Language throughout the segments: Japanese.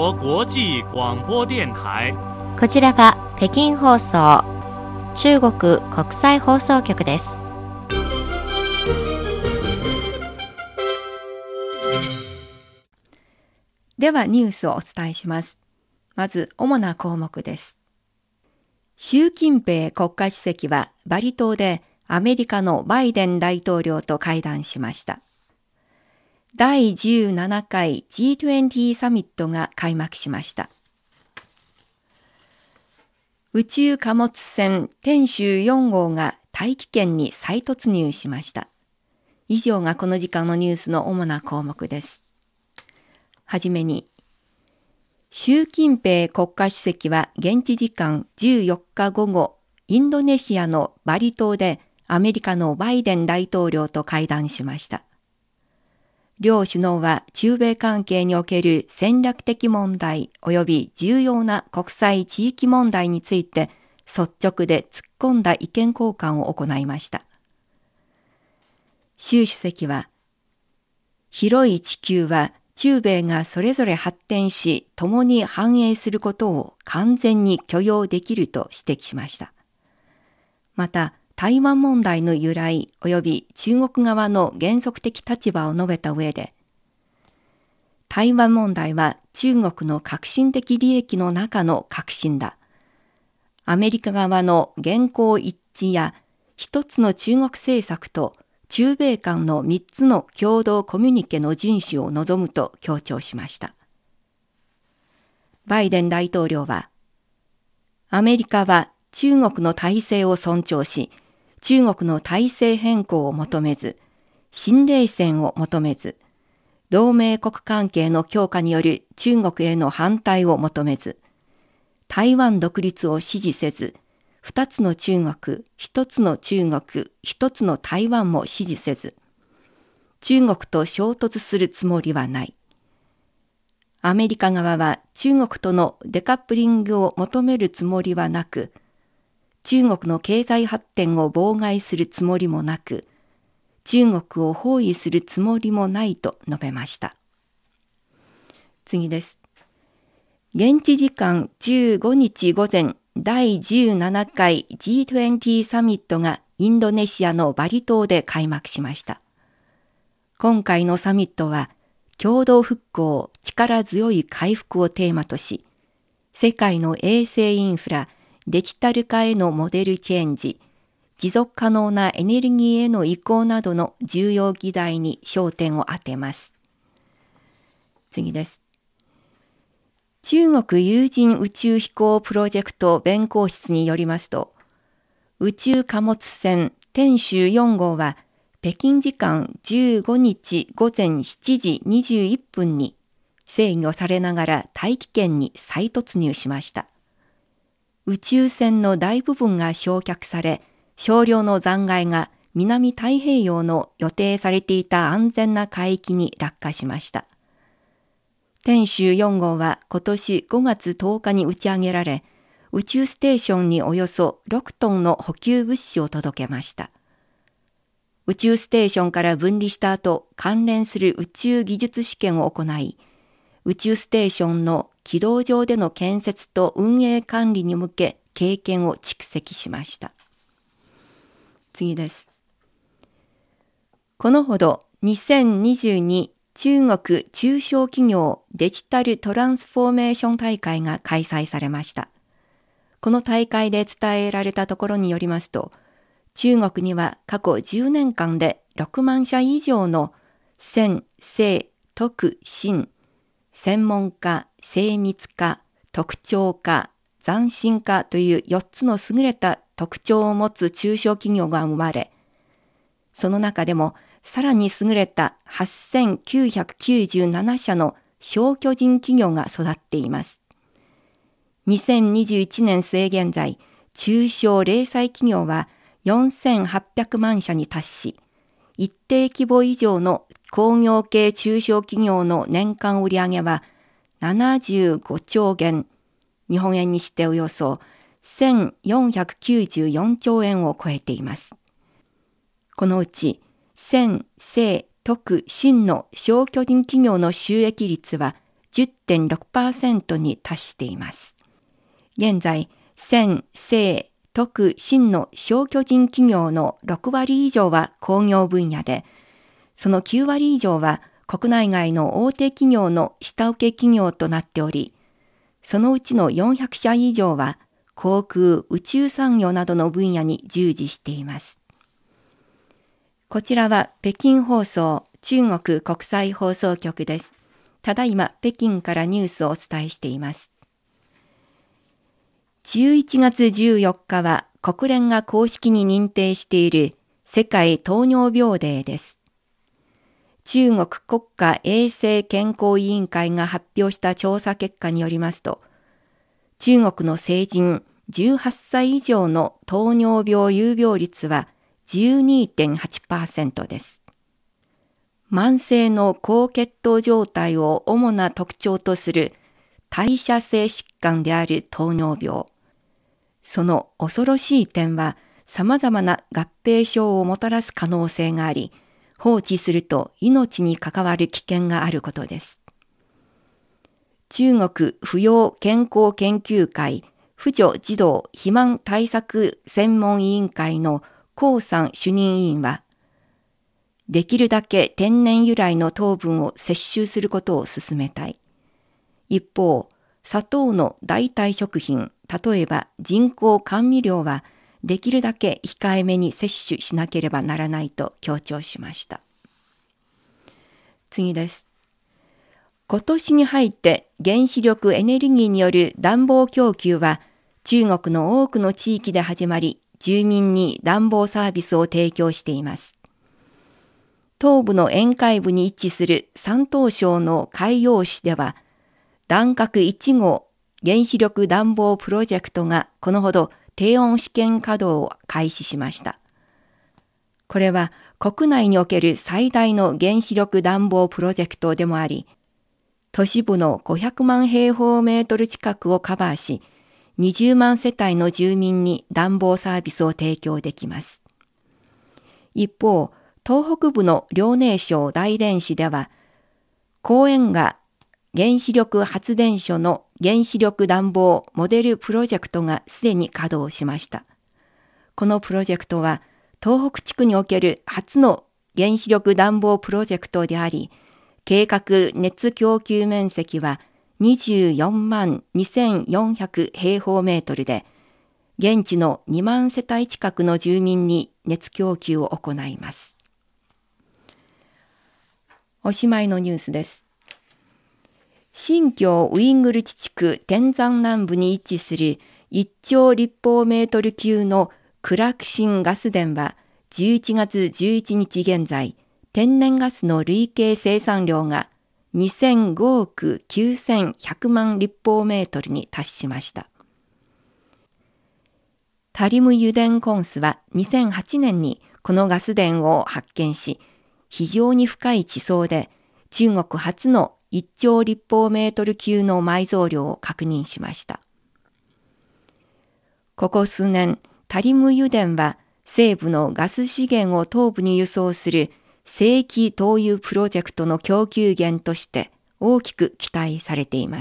国国際廣播電台。 こちらは北京放送、中国国際放送局です。 ではニュースをお伝えします。まず主な項目です。習近平国家主席はバリ島でアメリカのバイデン大統領と会談しました。第17回 G20 サミットが開幕しました。宇宙貨物船天舟4号が大気圏に再突入しました。以上がこの時間のニュースの主な項目です。はじめに、習近平国家主席は現地時間14日午後、インドネシアのバリ島でアメリカのバイデン大統領と会談しました。両首脳は中米関係における戦略的問題及び重要な国際地域問題について率直で突っ込んだ意見交換を行いました。習主席は、広い地球は中米がそれぞれ発展し共に繁栄することを完全に許容できると指摘しました。また、台湾問題の由来及び中国側の原則的立場を述べた上で、台湾問題は中国の核心的利益の中の核心だ。アメリカ側の言行一致や一つの中国政策と中米間の3つの共同コミュニケの遵守を望むと強調しました。バイデン大統領は、アメリカは中国の体制を尊重し、中国の体制変更を求めず、新冷戦を求めず、同盟国関係の強化による中国への反対を求めず、台湾独立を支持せず、二つの中国、一つの中国、一つの台湾も支持せず、中国と衝突するつもりはない。アメリカ側は中国とのデカップリングを求めるつもりはなく、中国の経済発展を妨害するつもりもなく、中国を包囲するつもりもないと述べました。次です。現地時間15日午前、第17回 G20 サミットがインドネシアのバリ島で開幕しました。今回のサミットは、共同復興、力強い回復をテーマとし、世界の衛星インフラ、デジタル化へのモデルチェンジ、持続可能なエネルギーへの移行などの重要議題に焦点を当てます。次です。中国有人宇宙飛行プロジェクト弁公室によりますと、宇宙貨物船天舟4号は北京時間15日午前7時21分に制御されながら大気圏に再突入しました。宇宙船の大部分が焼却され、少量の残骸が南太平洋の予定されていた安全な海域に落下しました。天舟4号は今年5月10日に打ち上げられ、宇宙ステーションにおよそ6トンの補給物資を届けました。宇宙ステーションから分離した後、関連する宇宙技術試験を行い、宇宙ステーションの軌道上での建設と運営管理に向け経験を蓄積しました。次です。このほど2022中国中小企業デジタルトランスフォーメーション大会が開催されました。この大会で伝えられたところによりますと、中国には過去10年間で6万社以上の専、精、特、新、専門家、精密化、特徴化、斬新化という4つの優れた特徴を持つ中小企業が生まれ、その中でもさらに優れた8997社の小巨人企業が育っています。2021年末現在、中小零細企業は4800万社に達し、一定規模以上の工業系中小企業の年間売上は75兆元、日本円にしておよそ1494兆円を超えています。このうち、専、精、特、新の小巨人企業の収益率は 10.6% に達しています。現在、鮮、製、特、新の小巨人企業の6割以上は工業分野で、その9割以上は国内外の大手企業の下請け企業となっており、そのうちの400社以上は航空・宇宙産業などの分野に従事しています。こちらは北京放送中国国際放送局です。ただいま北京からニュースをお伝えしています。11月14日は国連が公式に認定している世界糖尿病デーです。中国国家衛生健康委員会が発表した調査結果によりますと、中国の成人18歳以上の糖尿病有病率は 12.8% です。慢性の高血糖状態を主な特徴とする代謝性疾患である糖尿病。その恐ろしい点は様々な合併症をもたらす可能性があり、放置すると命に関わる危険があることです。中国扶養健康研究会扶助児童肥満対策専門委員会の江さん主任委員は、できるだけ天然由来の糖分を摂取することを勧めたい。一方、砂糖の代替食品、例えば人工甘味料はできるだけ控えめに摂取しなければならないと強調しました。次です。今年に入って原子力エネルギーによる暖房供給は中国の多くの地域で始まり、住民に暖房サービスを提供しています。東部の沿海部に位置する山東省の海陽市では、暖閣1号原子力暖房プロジェクトがこのほど低温試験稼働を開始しました。これは国内における最大の原子力暖房プロジェクトでもあり、都市部の500万平方メートル近くをカバーし、20万世帯の住民に暖房サービスを提供できます。一方、東北部の遼寧省大連市では、公園が原子力発電所の原子力暖房モデルプロジェクトがすでに稼働しました。このプロジェクトは、東北地区における初の原子力暖房プロジェクトであり、計画熱供給面積は24万2400平方メートルで、現地の2万世帯近くの住民に熱供給を行います。おしまいのニュースです。新疆ウイグル自治区天山南部に位置する1兆立方メートル級のクラクシンガス田は11月11日現在、天然ガスの累計生産量が2005億9100万立方メートルに達しました。タリム油田コンスは2008年にこのガス田を発見し、非常に深い地層で中国初の1兆立方メートル級の埋蔵量を確認しました。ここ数年、タリム油田は西部のガス資源を東部に輸送する正規灯油プロジェクトの供給源として大きく期待されています。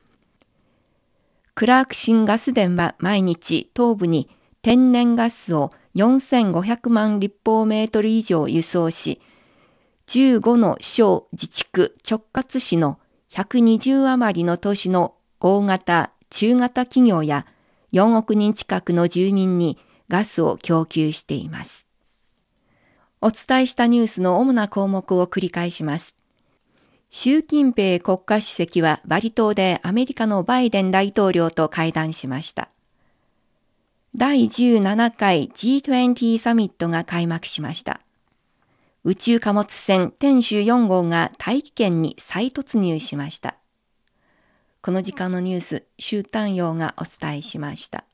クラークシンガス田は毎日東部に天然ガスを4500万立方メートル以上輸送し、15の省自治区直轄市の120余りの都市の大型・中型企業や4億人近くの住民にガスを供給しています。お伝えしたニュースの主な項目を繰り返します。習近平国家主席はバリ島でアメリカのバイデン大統領と会談しました。第17回 G20 サミットが開幕しました。宇宙貨物船天舟4号が大気圏に再突入しました。この時間のニュース、周丹陽がお伝えしました。